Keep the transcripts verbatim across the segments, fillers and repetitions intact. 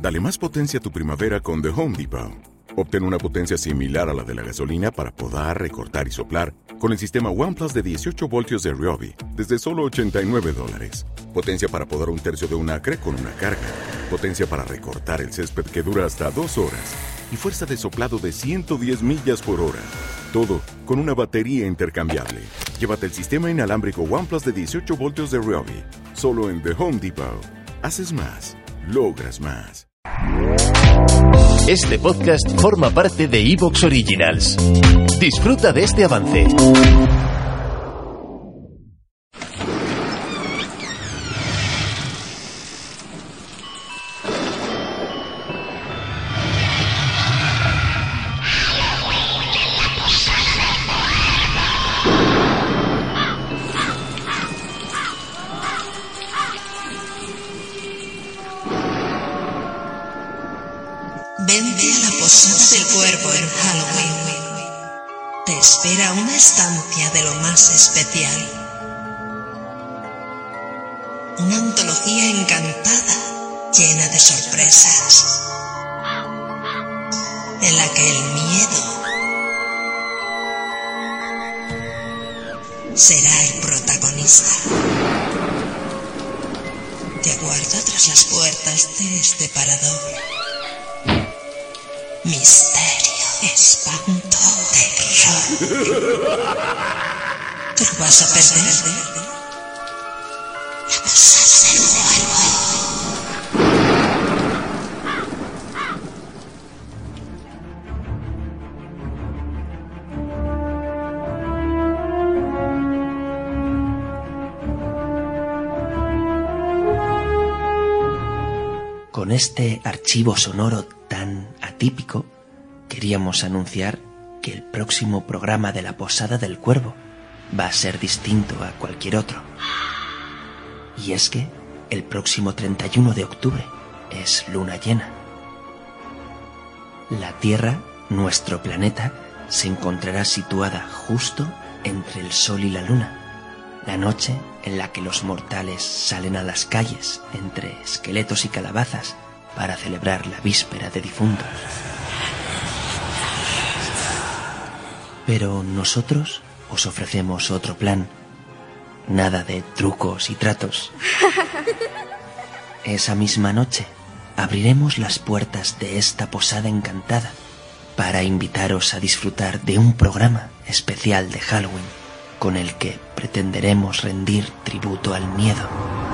Dale más potencia a tu primavera con The Home Depot. Obtén una potencia similar a la de la gasolina para podar, recortar y soplar con el sistema OnePlus de dieciocho voltios de Ryobi desde solo ochenta y nueve dólares. Potencia para podar un tercio de un acre con una carga. Potencia para recortar el césped que dura hasta dos horas. Y fuerza de soplado de ciento diez millas por hora. Todo con una batería intercambiable. Llévate el sistema inalámbrico OnePlus de dieciocho voltios de Ryobi. Solo en The Home Depot. Haces más. Logras más. Este podcast forma parte de iVoox Originals. Disfruta de este avance. Vente a la posada del cuervo en Halloween. Te espera una estancia de lo más especial. Una antología encantada, llena de sorpresas, en la que el miedo será el protagonista. Te aguarda tras las puertas de este parador. Misterio, espanto, terror. ¿Te lo vas a perder? La posada del cuervo. Con este archivo sonoro tan atípico, queríamos anunciar que el próximo programa de la Posada del Cuervo va a ser distinto a cualquier otro. Y es que el próximo treinta y uno de octubre es luna llena. La Tierra, nuestro planeta, se encontrará situada justo entre el Sol y la Luna, la noche en la que los mortales salen a las calles entre esqueletos y calabazas para celebrar la víspera de difuntos. Pero nosotros os ofrecemos otro plan. Nada de trucos y tratos. Esa misma noche abriremos las puertas de esta posada encantada para invitaros a disfrutar de un programa especial de Halloween con el que pretenderemos rendir tributo al miedo.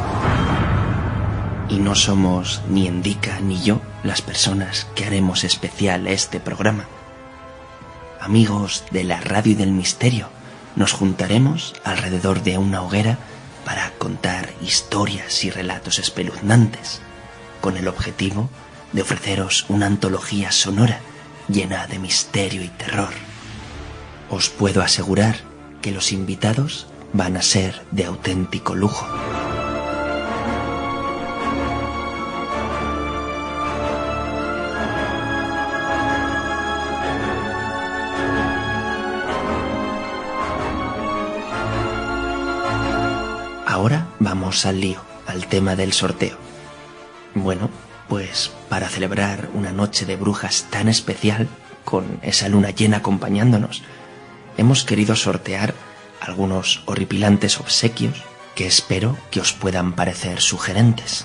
Y no somos ni Endica ni yo las personas que haremos especial este programa. Amigos de la radio y del misterio, nos juntaremos alrededor de una hoguera para contar historias y relatos espeluznantes, con el objetivo de ofreceros una antología sonora llena de misterio y terror. Os puedo asegurar que los invitados van a ser de auténtico lujo. Ahora vamos al lío, al tema del sorteo. Bueno, pues para celebrar una noche de brujas tan especial, con esa luna llena acompañándonos, hemos querido sortear algunos horripilantes obsequios que espero que os puedan parecer sugerentes.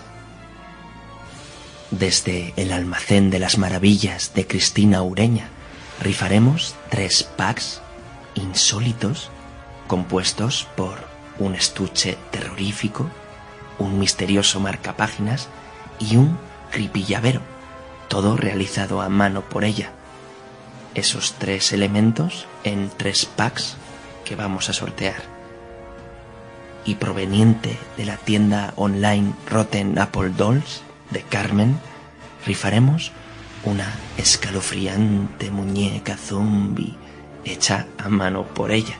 Desde el Almacén de las Maravillas de Cristina Ureña rifaremos tres packs insólitos compuestos por un estuche terrorífico, un misterioso marcapáginas y un creepy llavero, todo realizado a mano por ella. Esos tres elementos en tres packs que vamos a sortear. Y proveniente de la tienda online Rotten Apple Dolls de Carmen, rifaremos una escalofriante muñeca zombie hecha a mano por ella.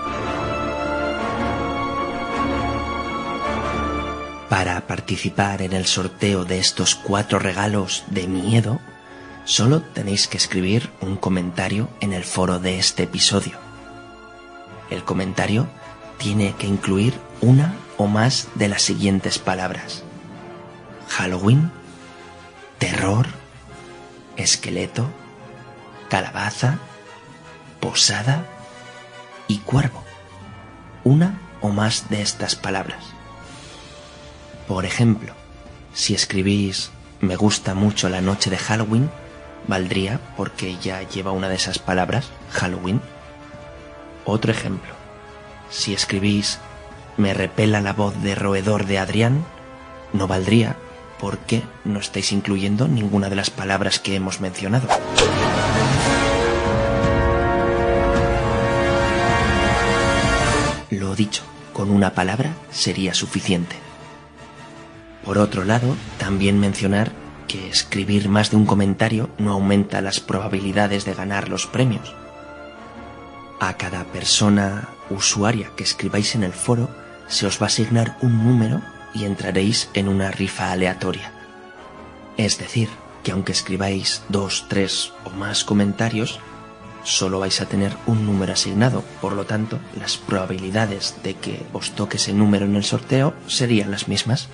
Para participar en el sorteo de estos cuatro regalos de miedo, solo tenéis que escribir un comentario en el foro de este episodio. El comentario tiene que incluir una o más de las siguientes palabras: Halloween, terror, esqueleto, calabaza, posada y cuervo. Una o más de estas palabras. Por ejemplo, si escribís me gusta mucho la noche de Halloween, valdría porque ya lleva una de esas palabras, Halloween. Otro ejemplo, si escribís me repela la voz de roedor de Adrián, no valdría porque no estáis incluyendo ninguna de las palabras que hemos mencionado. Lo dicho, con una palabra sería suficiente. Por otro lado, también mencionar que escribir más de un comentario no aumenta las probabilidades de ganar los premios. A cada persona usuaria que escribáis en el foro se os va a asignar un número y entraréis en una rifa aleatoria. Es decir, que aunque escribáis dos, tres o más comentarios, solo vais a tener un número asignado. Por lo tanto, las probabilidades de que os toque ese número en el sorteo serían las mismas.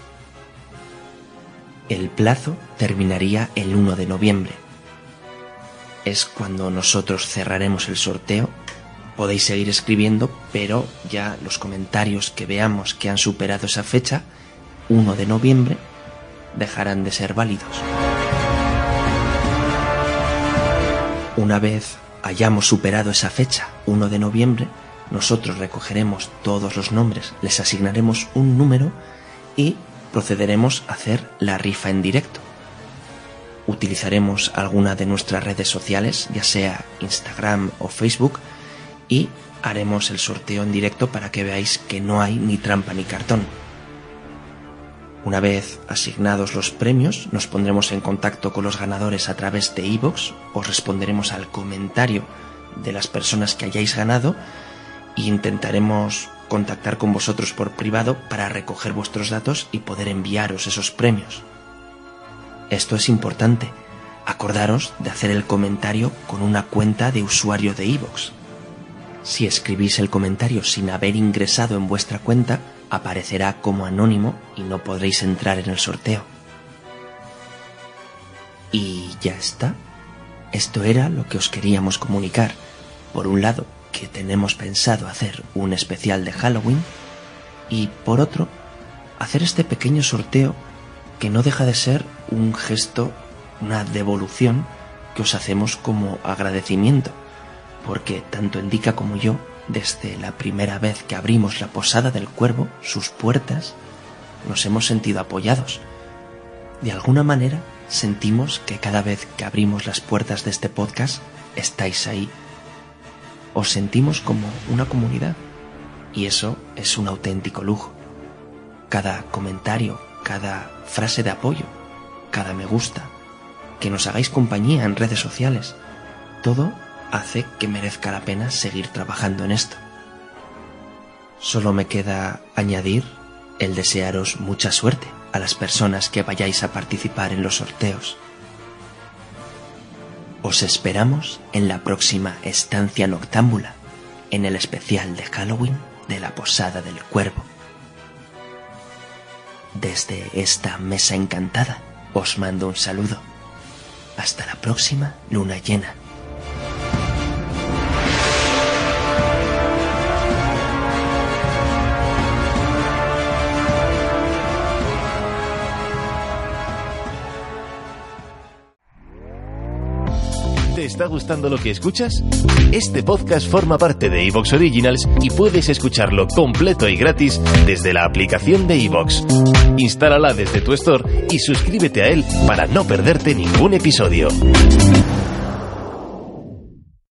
El plazo terminaría el uno de noviembre. Es cuando nosotros cerraremos el sorteo. Podéis seguir escribiendo, pero ya los comentarios que veamos que han superado esa fecha, uno de noviembre, dejarán de ser válidos. Una vez hayamos superado esa fecha, uno de noviembre, nosotros recogeremos todos los nombres, les asignaremos un número y procederemos a hacer la rifa en directo. Utilizaremos alguna de nuestras redes sociales, ya sea Instagram o Facebook, y haremos el sorteo en directo para que veáis que no hay ni trampa ni cartón. Una vez asignados los premios, nos pondremos en contacto con los ganadores a través de iVoox, os responderemos al comentario de las personas que hayáis ganado e intentaremos contactar con vosotros por privado para recoger vuestros datos y poder enviaros esos premios. Esto es importante, acordaros de hacer el comentario con una cuenta de usuario de iVoox. Si escribís el comentario sin haber ingresado en vuestra cuenta, aparecerá como anónimo y no podréis entrar en el sorteo. Y ya está. Esto era lo que os queríamos comunicar. Por un lado, que tenemos pensado hacer un especial de Halloween, y por otro, hacer este pequeño sorteo que no deja de ser un gesto, una devolución que os hacemos como agradecimiento, porque tanto Indica como yo, desde la primera vez que abrimos la Posada del Cuervo, sus puertas, nos hemos sentido apoyados. De alguna manera, sentimos que cada vez que abrimos las puertas de este podcast, estáis ahí. Os sentimos como una comunidad, y eso es un auténtico lujo. Cada comentario, cada frase de apoyo, cada me gusta, que nos hagáis compañía en redes sociales, todo hace que merezca la pena seguir trabajando en esto. Solo me queda añadir el desearos mucha suerte a las personas que vayáis a participar en los sorteos. Os esperamos en la próxima estancia noctámbula, en el especial de Halloween de la Posada del Cuervo. Desde esta mesa encantada os mando un saludo. Hasta la próxima luna llena. ¿Te está gustando lo que escuchas? Este podcast forma parte de iVoox Originals y puedes escucharlo completo y gratis desde la aplicación de iVoox. Instálala desde tu store y suscríbete a él para no perderte ningún episodio.